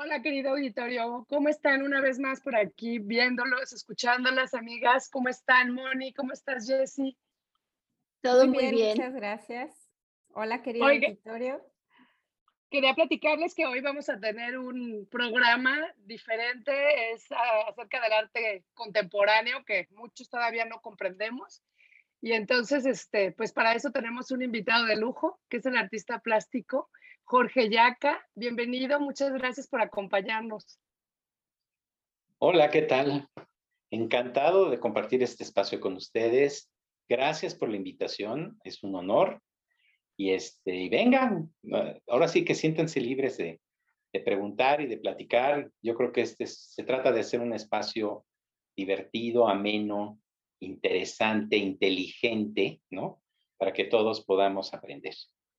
Hola, querido auditorio. ¿Cómo están una vez más por aquí viéndolos, escuchándolas, amigas? ¿Cómo están, Moni? ¿Cómo estás, Jessie? Todo Muy muy bien, bien. muchas gracias. Hola, querido Oiga, auditorio. quería platicarles que hoy vamos a tener un programa diferente, acerca del arte contemporáneo que muchos todavía no comprendemos. Y entonces, pues para eso tenemos un invitado de lujo, que es el artista plástico Jorge Yaca. Bienvenido, muchas gracias por acompañarnos. Hola, ¿qué tal? Encantado de compartir este espacio con ustedes. Gracias por la invitación, es un honor. Y vengan, ahora sí que siéntense libres de preguntar y de platicar. Yo creo que se trata de hacer un espacio divertido, ameno, interesante, inteligente, ¿no? Para que todos podamos aprender.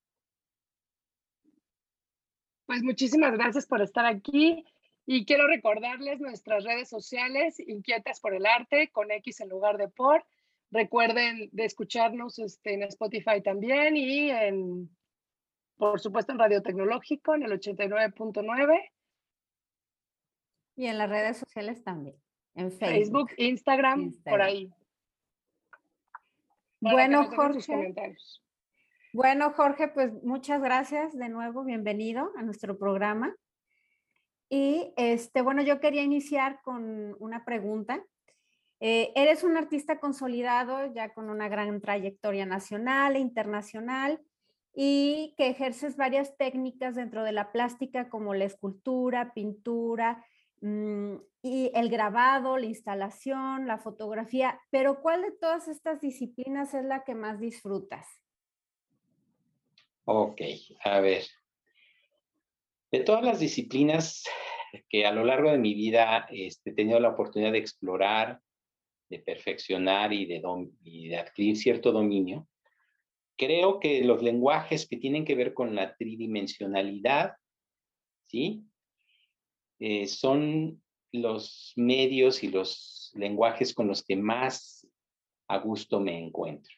Pues muchísimas gracias por estar aquí y quiero recordarles nuestras redes sociales, Inquietas por el Arte, con X en lugar de por. Recuerden de escucharnos en Spotify también y por supuesto en Radio Tecnológico en el 89.9, Y en las redes sociales también, en Facebook, Facebook, Instagram, por Instagram. ahí, para que Bueno, nos dejen sus Jorge, comentarios. pues muchas gracias de nuevo, bienvenido a nuestro programa. Y bueno, yo quería iniciar con una pregunta. Eres un artista consolidado ya con una gran trayectoria nacional e internacional y que ejerces varias técnicas dentro de la plástica como la escultura, pintura, y el grabado, la instalación, la fotografía, pero ¿cuál de todas estas disciplinas es la que más disfrutas? Ok, a ver. De todas las disciplinas que a lo largo de mi vida he tenido la oportunidad de explorar, de perfeccionar y de adquirir cierto dominio, creo que los lenguajes que tienen que ver con la tridimensionalidad, ¿sí? Son los medios y los lenguajes con los que más a gusto me encuentro.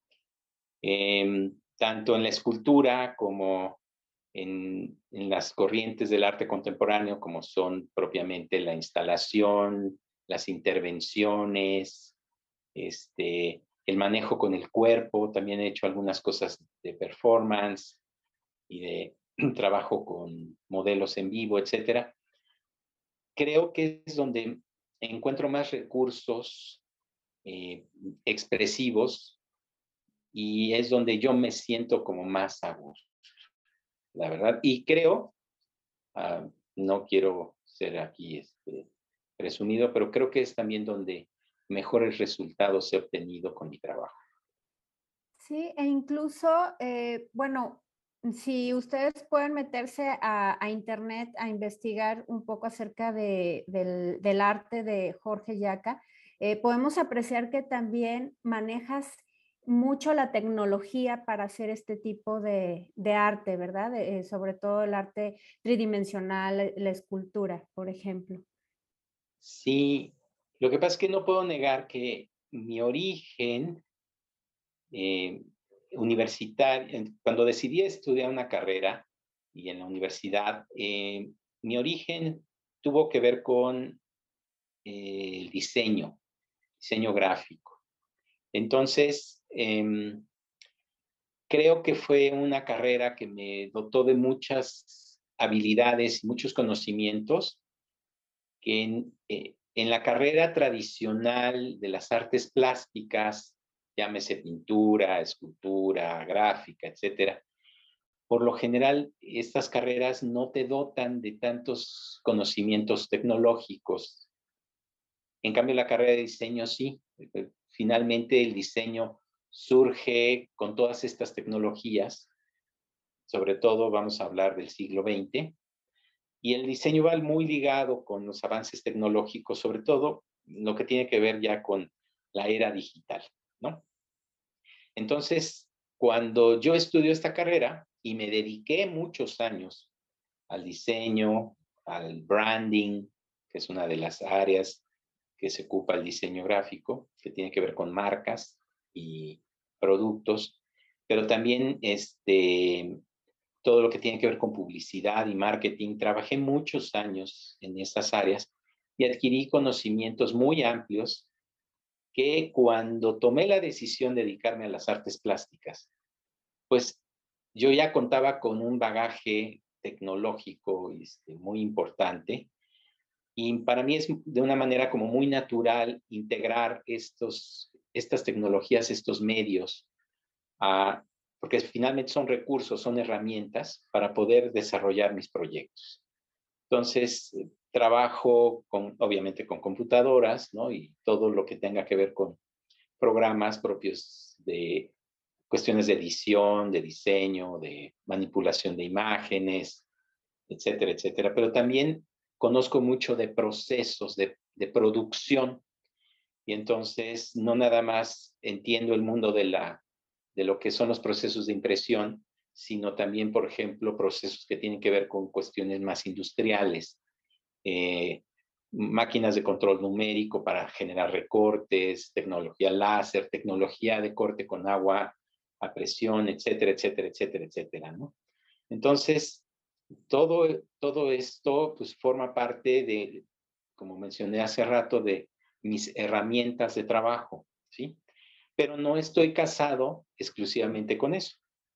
Tanto en la escultura como en las corrientes del arte contemporáneo, como son propiamente la instalación, las intervenciones, el manejo con el cuerpo. También he hecho algunas cosas de performance y de trabajo con modelos en vivo, etcétera. Creo que es donde encuentro más recursos eh, expresivos y es donde yo me siento como más a gusto, la verdad. Y creo, ah, no quiero ser aquí presumido, pero creo que es también donde mejores resultados he obtenido con mi trabajo. Sí, e incluso, bueno, si ustedes pueden meterse a internet a investigar un poco acerca del arte de Jorge Yaca, podemos apreciar que también manejas mucho la tecnología para hacer este tipo de arte, ¿verdad? Sobre todo el arte tridimensional, la escultura, por ejemplo. Sí, lo que pasa es que no puedo negar que mi origen eh, universitario, cuando decidí estudiar una carrera y en la universidad, mi origen tuvo que ver con el diseño gráfico. Entonces, creo que fue una carrera que me dotó de muchas habilidades y muchos conocimientos que en la carrera tradicional de las artes plásticas, llámese pintura, escultura, gráfica, etcétera, por lo general estas carreras no te dotan de tantos conocimientos tecnológicos. En cambio, la carrera de diseño sí. Finalmente el diseño surge con todas estas tecnologías, sobre todo vamos a hablar del siglo XX, y el diseño va muy ligado con los avances tecnológicos, sobre todo lo que tiene que ver ya con la era digital, ¿no? Entonces, cuando yo estudio esta carrera y me dediqué muchos años al diseño, al branding, que es una de las áreas que se ocupa el diseño gráfico, que tiene que ver con marcas y productos, pero también todo lo que tiene que ver con publicidad y marketing. Trabajé muchos años en estas áreas y adquirí conocimientos muy amplios que cuando tomé la decisión de dedicarme a las artes plásticas, pues yo ya contaba con un bagaje tecnológico muy importante y para mí es de una manera como muy natural integrar estas tecnologías, estos medios, a, porque finalmente son recursos, son herramientas para poder desarrollar mis proyectos. Entonces, trabajo obviamente con computadoras, ¿no? Y todo lo que tenga que ver con programas propios de cuestiones de edición, de diseño, de manipulación de imágenes, etcétera, etcétera. Pero también conozco mucho de procesos de producción y entonces no nada más entiendo el mundo de lo que son los procesos de impresión, sino también, por ejemplo, procesos que tienen que ver con cuestiones más industriales, máquinas de control numérico para generar recortes, tecnología láser, tecnología de corte con agua a presión, etcétera, etcétera, etcétera, etcétera, ¿no? Entonces, todo esto pues forma parte de, como mencioné hace rato, de mis herramientas de trabajo, ¿sí? Pero no estoy casado exclusivamente con eso.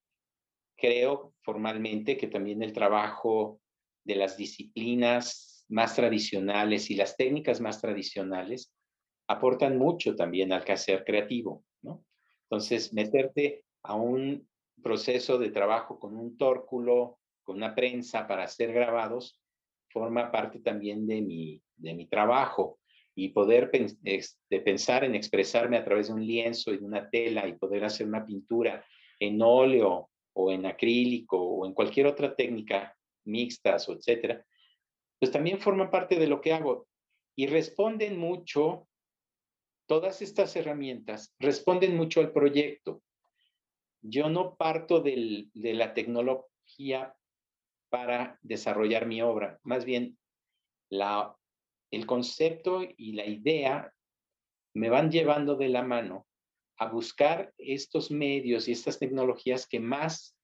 Creo formalmente que también el trabajo de las disciplinas más tradicionales y las técnicas más tradicionales aportan mucho también al quehacer creativo, ¿no? Entonces, meterte a un proceso de trabajo con un tórculo, con una prensa para hacer grabados, forma parte también de mi trabajo. Y poder pensar en expresarme a través de un lienzo y de una tela y poder hacer una pintura en óleo o en acrílico o en cualquier otra técnica mixtas o etcétera, pues también forman parte de lo que hago y responden mucho, todas estas herramientas responden mucho al proyecto. Yo no parto de la tecnología para desarrollar mi obra, más bien el concepto y la idea me van llevando de la mano a buscar estos medios y estas tecnologías que más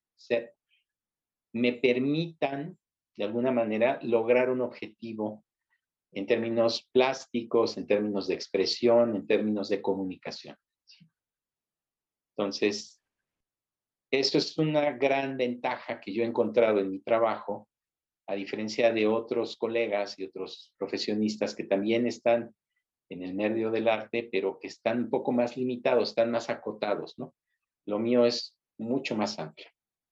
me permitan, de alguna manera, lograr un objetivo en términos plásticos, en términos de expresión, en términos de comunicación. ¿Sí? Entonces, eso es una gran ventaja que yo he encontrado en mi trabajo, a diferencia de otros colegas y otros profesionistas que también están en el medio del arte, pero que están un poco más limitados, están más acotados, ¿no? Lo mío es mucho más amplio.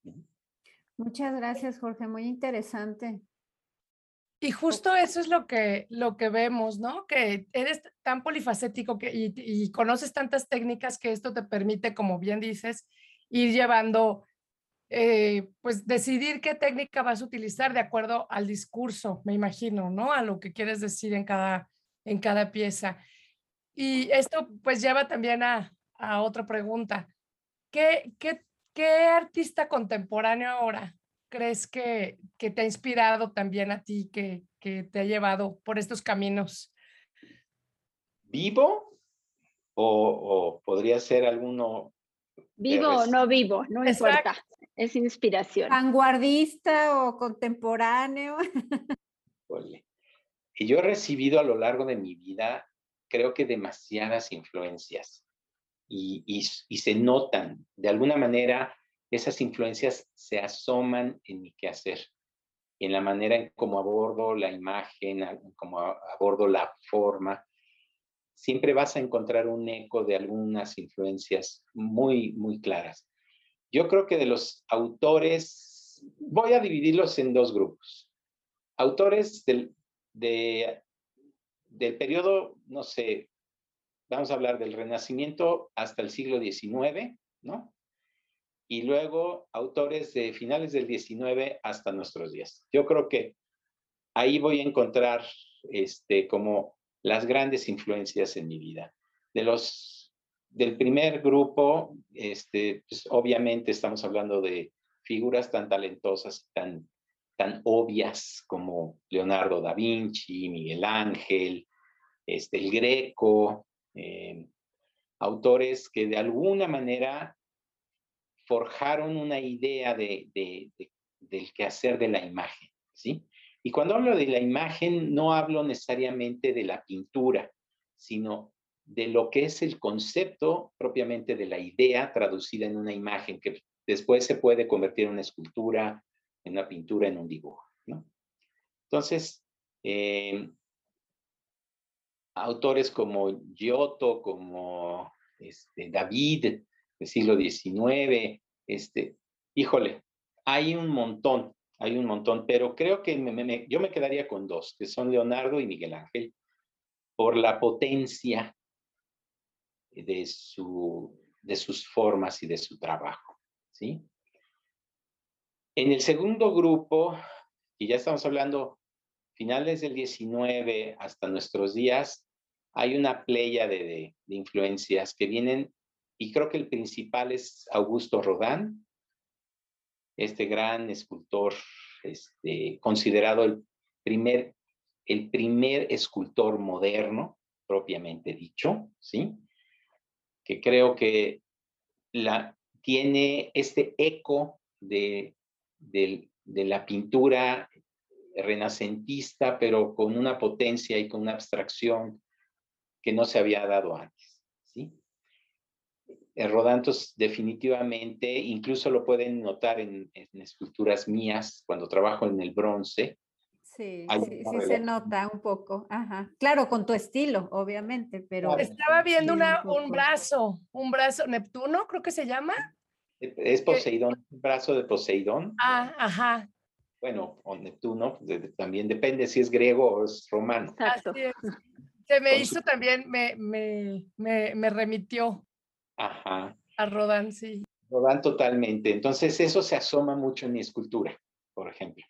Muchas gracias, Jorge. Muy interesante. Y justo eso es lo que vemos, ¿no? Que eres tan polifacético y conoces tantas técnicas que esto te permite, como bien dices, ir llevando, pues decidir qué técnica vas a utilizar de acuerdo al discurso, me imagino, ¿no? A lo que quieres decir en cada pieza. Y esto pues lleva también a otra pregunta. ¿Qué artista contemporáneo ahora crees que te ha inspirado también a ti, que te ha llevado por estos caminos? ¿Vivo o podría ser alguno de Vivo o no vivo, no Exacto. importa, es inspiración. Vanguardista o contemporáneo. Y yo he recibido a lo largo de mi vida, creo que demasiadas influencias y se notan. De alguna manera, esas influencias se asoman en mi quehacer, en la manera en cómo abordo la imagen, en cómo abordo la forma. Siempre vas a encontrar un eco de algunas influencias muy, muy claras. Yo creo que de los autores, voy a dividirlos en dos grupos. Autores del periodo, no sé, vamos a hablar del Renacimiento hasta el siglo XIX, ¿no? Y luego autores de finales del XIX hasta nuestros días. Yo creo que ahí voy a encontrar como las grandes influencias en mi vida. Del primer grupo, pues obviamente estamos hablando de figuras tan talentosas, tan obvias como Leonardo da Vinci, Miguel Ángel, el Greco, autores que de alguna manera forjaron una idea de del quehacer de la imagen, ¿sí? Y cuando hablo de la imagen, no hablo necesariamente de la pintura, sino de lo que es el concepto propiamente de la idea traducida en una imagen que después se puede convertir en una escultura, en una pintura, en un dibujo, ¿no? Entonces, autores como Giotto, como David, del siglo XIX, híjole, hay un montón, pero creo que yo me quedaría con dos, que son Leonardo y Miguel Ángel, por la potencia de sus formas y de su trabajo, ¿sí? En el segundo grupo, y ya estamos hablando finales del 19 hasta nuestros días, hay una pléyade de influencias que vienen, y creo que el principal es Augusto Rodin, este gran escultor, considerado el primer escultor moderno, propiamente dicho, ¿sí? Que creo que tiene este eco de la pintura renacentista, pero con una potencia y con una abstracción que no se había dado antes, ¿sí? Rodin, definitivamente, incluso lo pueden notar en esculturas mías, cuando trabajo en el bronce. Sí, sí se nota un poco. Ajá. Claro, con tu estilo, obviamente, pero... Estaba viendo un brazo, Neptuno, creo que se llama. Es Poseidón, un brazo de Poseidón. Ah, ajá. Bueno, o Neptuno, también depende si es griego o es romano. Exacto. Así es. Se me hizo también, me remitió Ajá. a Rodin, sí. Rodin totalmente. Entonces eso se asoma mucho en mi escultura, por ejemplo.